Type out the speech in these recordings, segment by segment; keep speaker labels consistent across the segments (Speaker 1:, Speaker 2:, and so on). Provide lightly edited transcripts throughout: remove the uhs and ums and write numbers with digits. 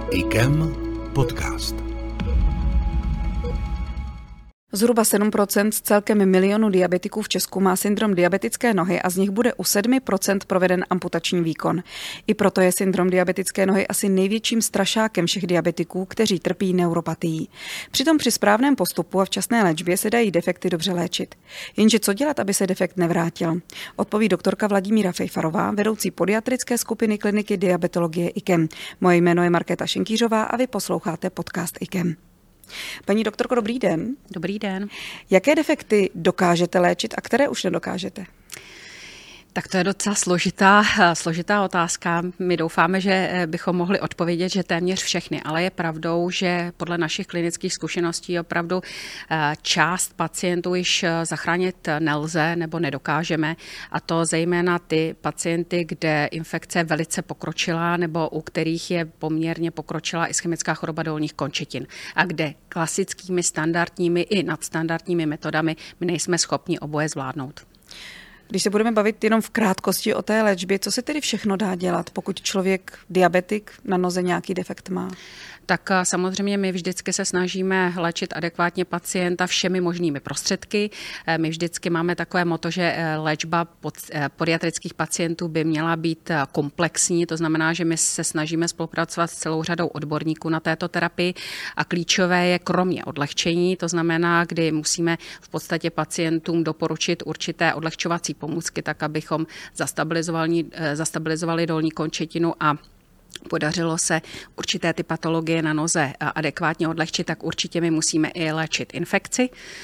Speaker 1: IKEM podcast.
Speaker 2: Zhruba 7% z celkem milionu diabetiků v Česku má syndrom diabetické nohy a z nich bude u 7% proveden amputační výkon. I proto je syndrom diabetické nohy asi největším strašákem všech diabetiků, kteří trpí neuropatií. Přitom při správném postupu a včasné léčbě se dají defekty dobře léčit. Jenže co dělat, aby se defekt nevrátil? Odpoví doktorka Vladimíra Fejfarová, vedoucí podiatrické skupiny kliniky diabetologie IKEM. Moje jméno je Markéta Šenkýřová a vy posloucháte podcast IKEM. Paní doktorko, dobrý den.
Speaker 3: Dobrý den.
Speaker 2: Jaké defekty dokážete léčit a které už nedokážete?
Speaker 3: Tak to je docela složitá otázka. My doufáme, že bychom mohli odpovědět, že téměř všechny, ale je pravdou, že podle našich klinických zkušeností opravdu část pacientů již zachránit nelze nebo nedokážeme, a to zejména ty pacienty, kde infekce je velice pokročilá nebo u kterých je poměrně pokročilá ischemická choroba dolních končetin a kde klasickými, standardními i nadstandardními metodami my nejsme schopni oboje zvládnout.
Speaker 2: Když se budeme bavit jenom v krátkosti o té léčbě, co se tedy všechno dá dělat, pokud člověk, diabetik, na noze nějaký defekt má?
Speaker 3: Tak samozřejmě my vždycky se snažíme léčit adekvátně pacienta všemi možnými prostředky. My vždycky máme takové motto, že léčba podiatrických pacientů by měla být komplexní, to znamená, že my se snažíme spolupracovat s celou řadou odborníků na této terapii a klíčové je kromě odlehčení, to znamená, kdy musíme v podstatě pacientům doporučit určité odlehčovací pomůcky, tak abychom zastabilizovali dolní končetinu a podařilo se určité ty patologie na noze adekvátně odlehčit, tak určitě my musíme i léčit infekci,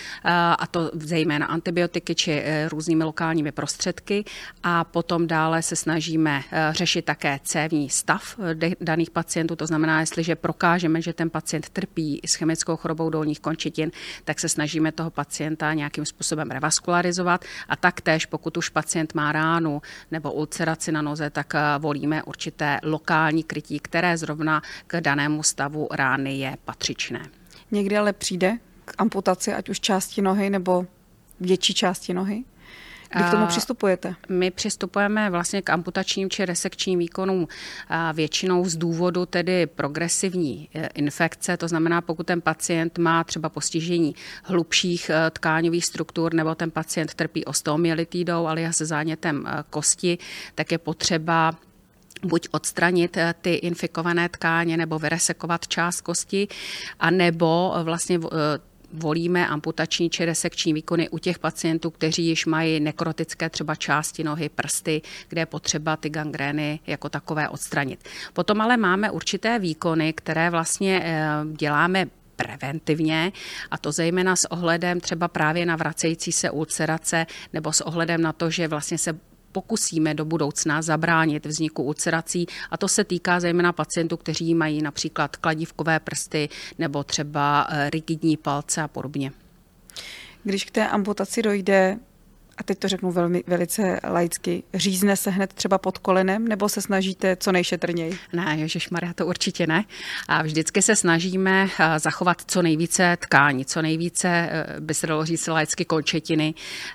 Speaker 3: a to zejména antibiotiky či různými lokálními prostředky, a potom dále se snažíme řešit také cévní stav daných pacientů, to znamená, jestliže prokážeme, že ten pacient trpí ischemickou chorobou dolních končetin, tak se snažíme toho pacienta nějakým způsobem revaskularizovat a taktéž, pokud už pacient má ránu nebo ulceraci na noze, tak volíme určité lokální krytí, které zrovna k danému stavu rány je patřičné.
Speaker 2: Někdy ale přijde k amputaci, ať už části nohy nebo větší části nohy? Kdy k tomu přistupujete?
Speaker 3: My přistupujeme vlastně k amputačním či resekčním výkonům většinou z důvodu tedy progresivní infekce, to znamená, pokud ten pacient má třeba postižení hlubších tkáňových struktur nebo ten pacient trpí osteomyelitidou alias zánětem kosti, tak je potřeba buď odstranit ty infikované tkáně nebo vyresekovat část kosti, anebo vlastně volíme amputační či resekční výkony u těch pacientů, kteří již mají nekrotické třeba části nohy, prsty, kde je potřeba ty gangrény jako takové odstranit. Potom ale máme určité výkony, které vlastně děláme preventivně, a to zejména s ohledem třeba právě na vracející se ulcerace nebo s ohledem na to, že vlastně se pokusíme do budoucna zabránit vzniku ulcerací, a to se týká zejména pacientů, kteří mají například kladívkové prsty nebo třeba rigidní palce a podobně. Když
Speaker 2: k té amputaci dojde, a teď to řeknu velice laicky, řízne se hned třeba pod kolenem, nebo se snažíte co nejšetrněji?
Speaker 3: Ne, ježišmarja, to určitě ne. A vždycky se snažíme zachovat co nejvíce tkání, co nejvíce, by se dalo říct laicky, končetiny.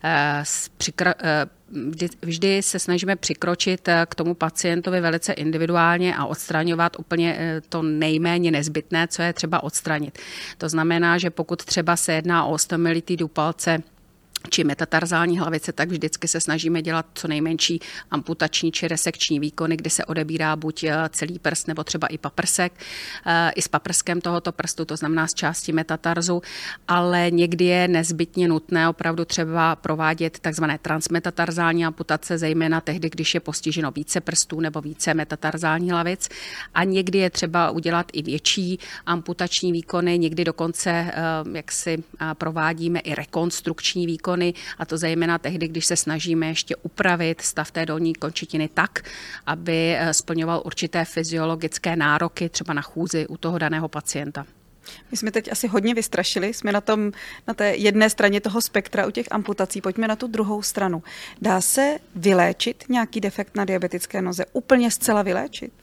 Speaker 3: Vždy se snažíme přikročit k tomu pacientovi velice individuálně a odstraňovat úplně to nejméně nezbytné, co je třeba odstranit. To znamená, že pokud třeba se jedná o osteomyelitidu palce či metatarzální hlavice, tak vždycky se snažíme dělat co nejmenší amputační či resekční výkony, kdy se odebírá buď celý prst nebo třeba i paprsek, i s paprskem tohoto prstu, to znamená z části metatarzu, ale někdy je nezbytně nutné opravdu třeba provádět takzvané transmetatarzální amputace, zejména tehdy, když je postiženo více prstů nebo více metatarzální hlavic, a někdy je třeba udělat i větší amputační výkony, někdy dokonce jak si provádíme i rekonstrukční výkony, a to zejména tehdy, když se snažíme ještě upravit stav té dolní končetiny tak, aby splňoval určité fyziologické nároky třeba na chůzi u toho daného pacienta.
Speaker 2: My jsme teď asi hodně vystrašili, jsme na té jedné straně toho spektra u těch amputací, pojďme na tu druhou stranu. Dá se vyléčit nějaký defekt na diabetické noze? Úplně zcela vyléčit?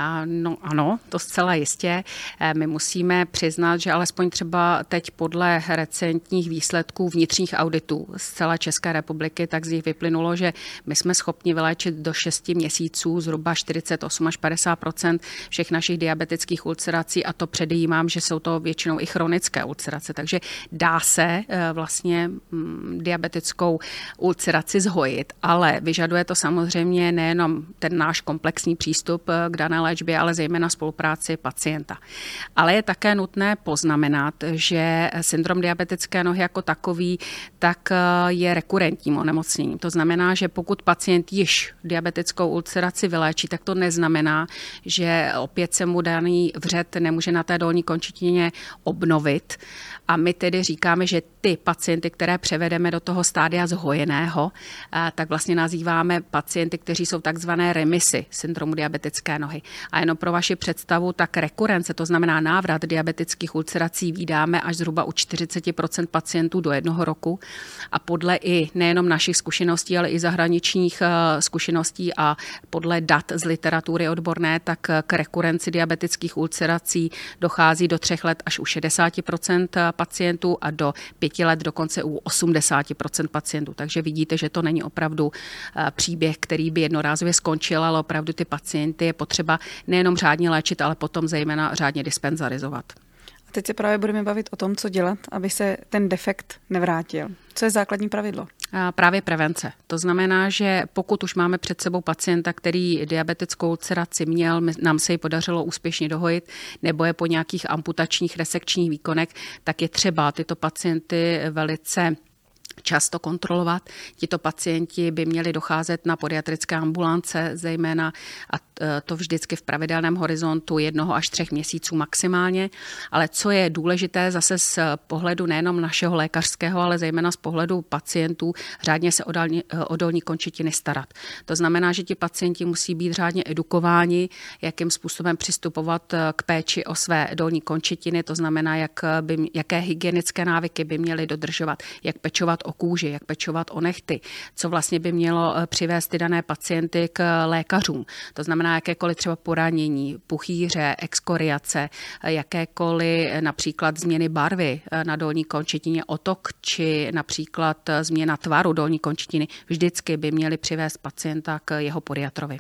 Speaker 3: No ano, to zcela jistě. My musíme přiznat, že alespoň třeba teď podle recentních výsledků vnitřních auditů z celé České republiky, tak z nich vyplynulo, že my jsme schopni vyléčit do 6 měsíců zhruba 48 až 50% všech našich diabetických ulcerací, a to předjímám, že jsou to většinou i chronické ulcerace, takže dá se vlastně diabetickou ulceraci zhojit, ale vyžaduje to samozřejmě nejenom ten náš komplexní přístup k dané léčbě, ale zejména spolupráci pacienta. Ale je také nutné poznamenat, že syndrom diabetické nohy jako takový tak je rekurentním onemocněním. To znamená, že pokud pacient již diabetickou ulceraci vyléčí, tak to neznamená, že opět se mu daný vřed nemůže na té dolní končetině obnovit. A my tedy říkáme, že ty pacienty, které převedeme do toho stádia zhojeného, tak vlastně nazýváme pacienty, kteří jsou takzvané remisy syndromu diabetické nohy. A jenom pro vaši představu, tak rekurence, to znamená návrat diabetických ulcerací, vídáme až zhruba u 40% pacientů do 1 roku. A podle i nejenom našich zkušeností, ale i zahraničních zkušeností a podle dat z literatury odborné, tak k rekurenci diabetických ulcerací dochází do 3 let až u 60% pacientů a do 5 let dokonce u 80% pacientů. Takže vidíte, že to není opravdu příběh, který by jednorázově skončil, ale opravdu ty pacienty je potřeba nejenom řádně léčit, ale potom zejména řádně dispenzarizovat.
Speaker 2: A teď se právě budeme bavit o tom, co dělat, aby se ten defekt nevrátil. Co je základní pravidlo?
Speaker 3: Právě prevence. To znamená, že pokud už máme před sebou pacienta, který diabetickou ulceraci měl, nám se ji podařilo úspěšně dohojit, nebo je po nějakých amputačních resekčních výkonech, tak je třeba tyto pacienty velice často kontrolovat. Tito pacienti by měli docházet na pediatrické ambulance, zejména a to vždycky v pravidelném horizontu 1 až 3 měsíců maximálně. Ale co je důležité zase z pohledu nejenom našeho lékařského, ale zejména z pohledu pacientů, řádně se o dolní končetiny starat. To znamená, že ti pacienti musí být řádně edukováni, jakým způsobem přistupovat k péči o své dolní končetiny, to znamená, jaké hygienické návyky by měli dodržovat, jak pečovat o kůži, jak pečovat o nehty, co vlastně by mělo přivést ty dané pacienty k lékařům. To znamená jakékoliv třeba poranění, puchýře, exkoriace, jakékoliv například změny barvy na dolní končetině, otok či například změna tvaru dolní končetiny vždycky by měly přivést pacienta k jeho pediatrovi.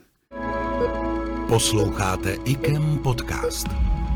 Speaker 1: Posloucháte IKEM podcast.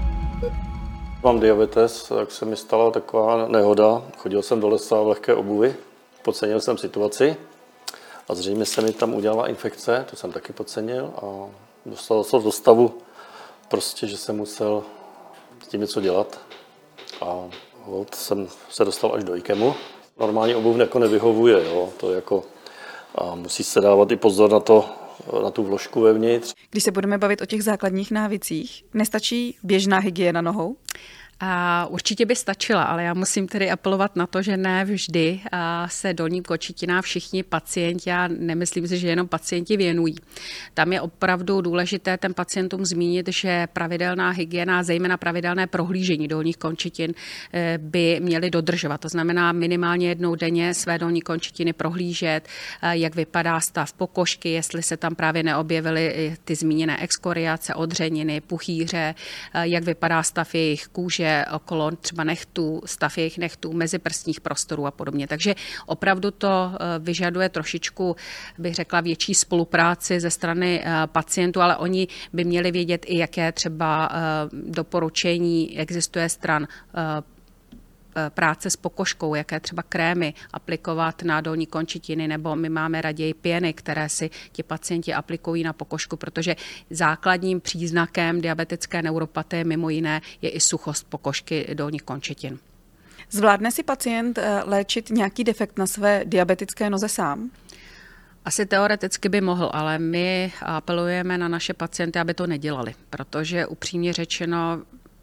Speaker 4: Mám diabetes, tak se mi stala taková nehoda. Chodil jsem do lesa v lehké obuvi, podcenil jsem situaci a zřejmě se mi tam udělala infekce, to jsem taky podcenil a dostal se do stavu, prostě, že jsem musel s tím něco dělat a jsem se dostal až do IKEMu. Normální obuv jako nevyhovuje, jo? To jako, a musí se dávat i pozor na tu vložku vevnitř.
Speaker 2: Když se budeme bavit o těch základních návicích, nestačí běžná hygiena nohou?
Speaker 3: Určitě by stačila, ale já musím tedy apelovat na to, že ne vždy se dolním končetinám všichni pacienti, já nemyslím si, že jenom pacienti věnují. Tam je opravdu důležité ten pacientům zmínit, že pravidelná hygiena, zejména pravidelné prohlížení dolních končetin by měly dodržovat. To znamená minimálně 1 denně své dolní končetiny prohlížet, jak vypadá stav pokožky, jestli se tam právě neobjevily ty zmíněné exkoriace, odřeniny, puchýře, jak vypadá stav jejich kůže, okolo třeba nechtů, stav jejich nechtů, meziprstních prostorů a podobně. Takže opravdu to vyžaduje trošičku, bych řekla, větší spolupráci ze strany pacientů, ale oni by měli vědět i, jaké třeba doporučení existuje stran práce s pokožkou, jaké třeba krémy aplikovat na dolní končetiny, nebo my máme raději pěny, které si ti pacienti aplikují na pokožku, protože základním příznakem diabetické neuropatie mimo jiné je i suchost pokožky dolních končetin.
Speaker 2: Zvládne si pacient léčit nějaký defekt na své diabetické noze sám?
Speaker 3: Asi teoreticky by mohl, ale my apelujeme na naše pacienty, aby to nedělali, protože upřímně řečeno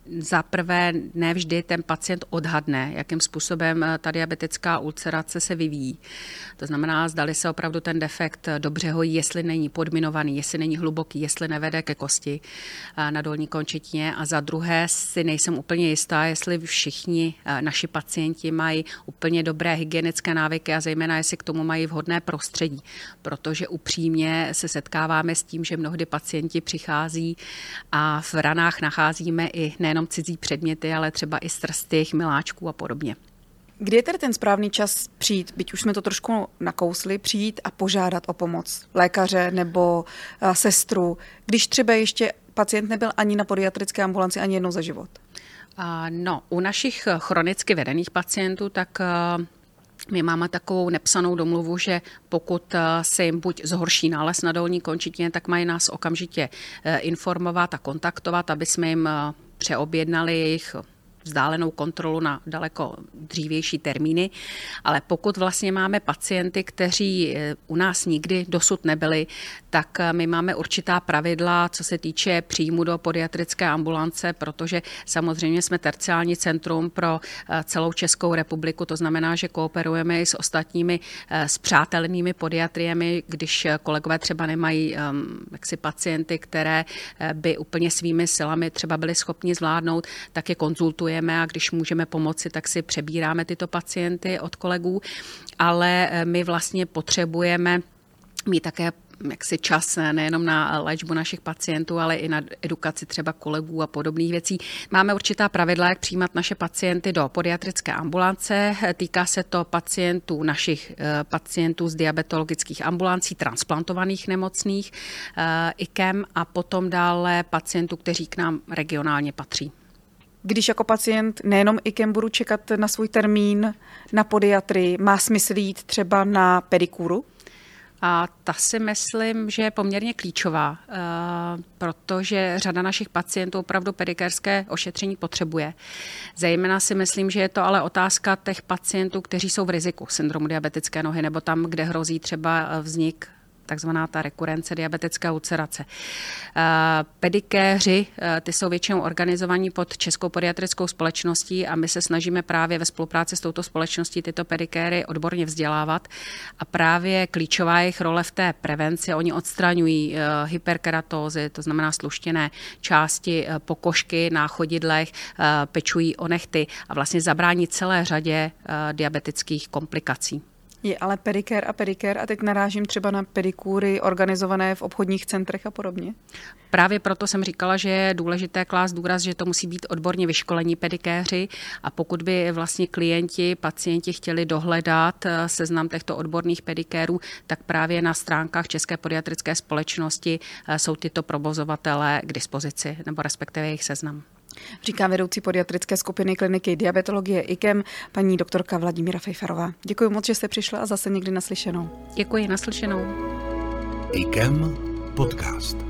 Speaker 3: Za prvé, ne vždy ten pacient odhadne, jakým způsobem ta diabetická ulcerace se vyvíjí. To znamená, zdali se opravdu ten defekt dobře hojí, jestli není podminovaný, jestli není hluboký, jestli nevede ke kosti na dolní končetině. A za druhé si nejsem úplně jistá, jestli všichni naši pacienti mají úplně dobré hygienické návyky a zejména jestli k tomu mají vhodné prostředí. Protože upřímně se setkáváme s tím, že mnohdy pacienti přichází a v ranách nacházíme i nejenom cizí předměty, ale třeba i strsty, chmiláčků a podobně.
Speaker 2: Kdy je tedy ten správný čas přijít, byť už jsme to trošku nakousli, přijít a požádat o pomoc lékaře nebo sestru, když třeba ještě pacient nebyl ani na pediatrické ambulanci ani jednou za život?
Speaker 3: No, u našich chronicky vedených pacientů, tak my máme takovou nepsanou domluvu, že pokud se jim buď zhorší nález na dolní končetině, tak mají nás okamžitě informovat a kontaktovat, aby jsme jim přeobjednali jejich vzdálenou kontrolu na daleko dřívější termíny, ale pokud vlastně máme pacienty, kteří u nás nikdy dosud nebyli, tak my máme určitá pravidla, co se týče příjmu do pediatrické ambulance, protože samozřejmě jsme terciální centrum pro celou Českou republiku, to znamená, že kooperujeme i s ostatními spřátelenými pediatriemi, když kolegové třeba nemají jaksi pacienty, které by úplně svými silami třeba byli schopni zvládnout, tak je konzultujeme a když můžeme pomoci, tak si přebíráme tyto pacienty od kolegů, ale my vlastně potřebujeme mít také jaksi čas nejenom na léčbu našich pacientů, ale i na edukaci třeba kolegů a podobných věcí. Máme určitá pravidla, jak přijímat naše pacienty do pediatrické ambulance. Týká se to našich pacientů z diabetologických ambulancí, transplantovaných nemocných, IKEM a potom dále pacientů, kteří k nám regionálně patří.
Speaker 2: Když jako pacient nejenom IKEM budu čekat na svůj termín na pediatrii, má smysl jít třeba na pedikúru?
Speaker 3: A ta si myslím, že je poměrně klíčová, protože řada našich pacientů opravdu pedikérské ošetření potřebuje. Zejména si myslím, že je to ale otázka těch pacientů, kteří jsou v riziku syndromu diabetické nohy nebo tam, kde hrozí třeba vznik takzvaná ta rekurence diabetické ulcerace. Pedikéři, ty jsou většinou organizovaní pod Českou pediatrickou společností a my se snažíme právě ve spolupráci s touto společností tyto pedikéry odborně vzdělávat a právě klíčová je jejich role v té prevenci. Oni odstraňují hyperkeratózy, to znamená sluštěné části pokožky na chodidlech, pečují o nehty a vlastně zabrání celé řadě diabetických komplikací.
Speaker 2: Je ale pedikér a teď narážím třeba na pedikúry organizované v obchodních centrech a podobně?
Speaker 3: Právě proto jsem říkala, že je důležité klást důraz, že to musí být odborně vyškolení pedikéři a pokud by vlastně pacienti chtěli dohledat seznam těchto odborných pedikérů, tak právě na stránkách České pediatrické společnosti jsou tyto provozovatelé k dispozici, nebo respektive jejich seznam.
Speaker 2: Říká vedoucí pediatrické skupiny kliniky diabetologie IKEM, paní doktorka Vladimíra Fejfarová. Děkuji moc, že jste přišla a zase někdy naslyšenou.
Speaker 3: Děkuji, naslyšenou.
Speaker 1: IKEM podcast.